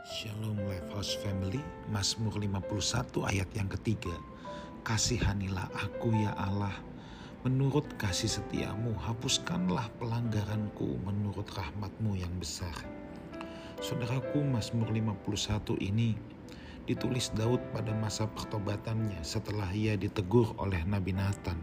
Shalom Lifehouse Family, Mazmur 51 ayat yang ketiga. Kasihanilah aku ya Allah, menurut kasih setiamu hapuskanlah pelanggaranku menurut rahmatmu yang besar. Saudaraku, Mazmur 51 ini ditulis Daud pada masa pertobatannya setelah ia ditegur oleh Nabi Nathan.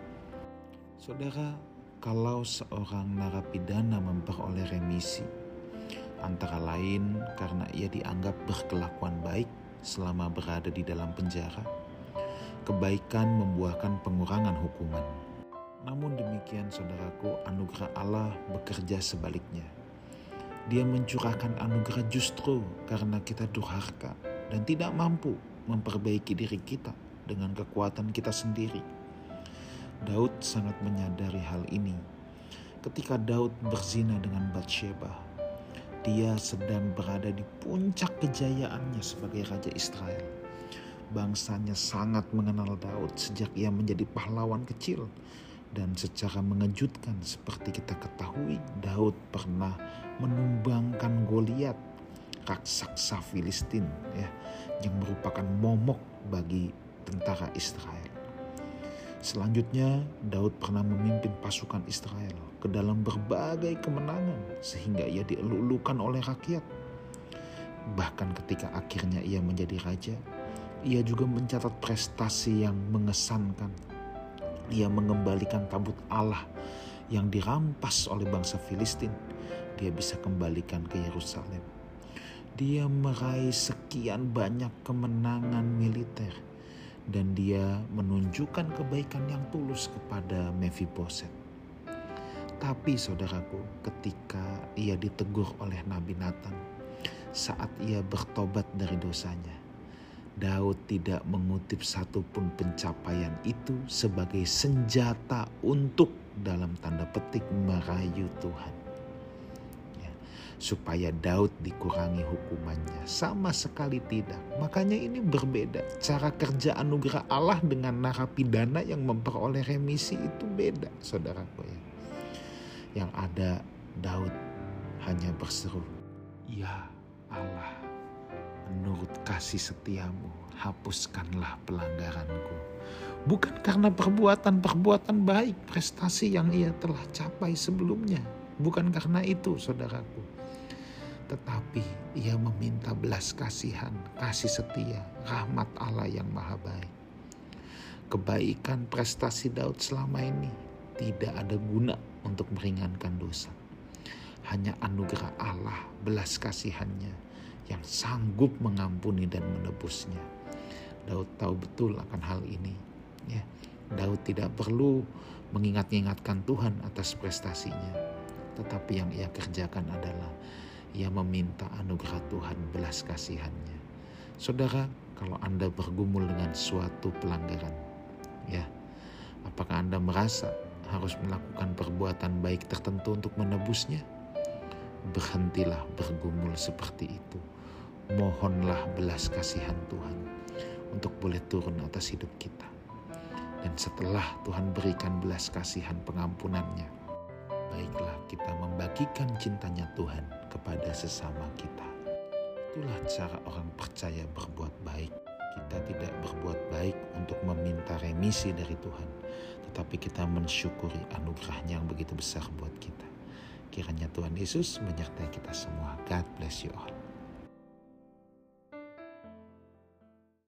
Saudara, kalau seorang narapidana memperoleh remisi, antara lain karena ia dianggap berkelakuan baik selama berada di dalam penjara, kebaikan membuahkan pengurangan hukuman. Namun demikian saudaraku, anugerah Allah bekerja sebaliknya. Dia mencurahkan anugerah justru karena kita durhaka dan tidak mampu memperbaiki diri kita dengan kekuatan kita sendiri. Daud sangat menyadari hal ini ketika Daud berzina dengan Batsheba. Dia sedang berada di puncak kejayaannya sebagai Raja Israel. Bangsanya sangat mengenal Daud sejak ia menjadi pahlawan kecil. Dan secara mengejutkan seperti kita ketahui, Daud pernah menumbangkan Goliat, raksasa Filistin, yang merupakan momok bagi tentara Israel. Selanjutnya, Daud pernah memimpin pasukan Israel ke dalam berbagai kemenangan sehingga ia dielulukan oleh rakyat. Bahkan ketika akhirnya ia menjadi raja, ia juga mencatat prestasi yang mengesankan. Ia mengembalikan tabut Allah yang dirampas oleh bangsa Filistin. Dia bisa kembalikan ke Yerusalem. Dia meraih sekian banyak kemenangan militer. Dan dia menunjukkan kebaikan yang tulus kepada Mephiboset. Tapi saudaraku, ketika ia ditegur oleh Nabi Nathan saat ia bertobat dari dosanya, Daud tidak mengutip satupun pencapaian itu sebagai senjata untuk dalam tanda petik merayu Tuhan. Supaya Daud dikurangi hukumannya, sama sekali tidak. Makanya ini berbeda. Cara kerja anugerah Allah dengan narapidana yang memperoleh remisi itu beda, saudaraku ya. Yang ada Daud hanya berseru, "Ya Allah, menurut kasih setiamu hapuskanlah pelanggaranku." Bukan karena perbuatan-perbuatan baik, prestasi yang ia telah capai sebelumnya. Bukan karena itu, saudaraku. Tetapi ia meminta belas kasihan, kasih setia, rahmat Allah yang maha baik. Kebaikan prestasi Daud selama ini tidak ada guna untuk meringankan dosa. Hanya anugerah Allah, belas kasihannya yang sanggup mengampuni dan menebusnya. Daud tahu betul akan hal ini. Daud tidak perlu mengingat-ingatkan Tuhan atas prestasinya. Tetapi yang ia kerjakan adalah ia meminta anugerah Tuhan belas kasihannya. Saudara, kalau Anda bergumul dengan suatu pelanggaran, apakah Anda merasa harus melakukan perbuatan baik tertentu untuk menebusnya? Berhentilah bergumul seperti itu. Mohonlah belas kasihan Tuhan untuk boleh turun atas hidup kita. Dan setelah Tuhan berikan belas kasihan pengampunannya, baiklah kita membagikan cintanya Tuhan kepada sesama kita. Itulah cara orang percaya berbuat baik. Kita tidak berbuat baik untuk meminta remisi dari Tuhan, tetapi kita mensyukuri anugerahnya yang begitu besar buat kita. Kiranya Tuhan Yesus menyertai kita semua. God bless you all.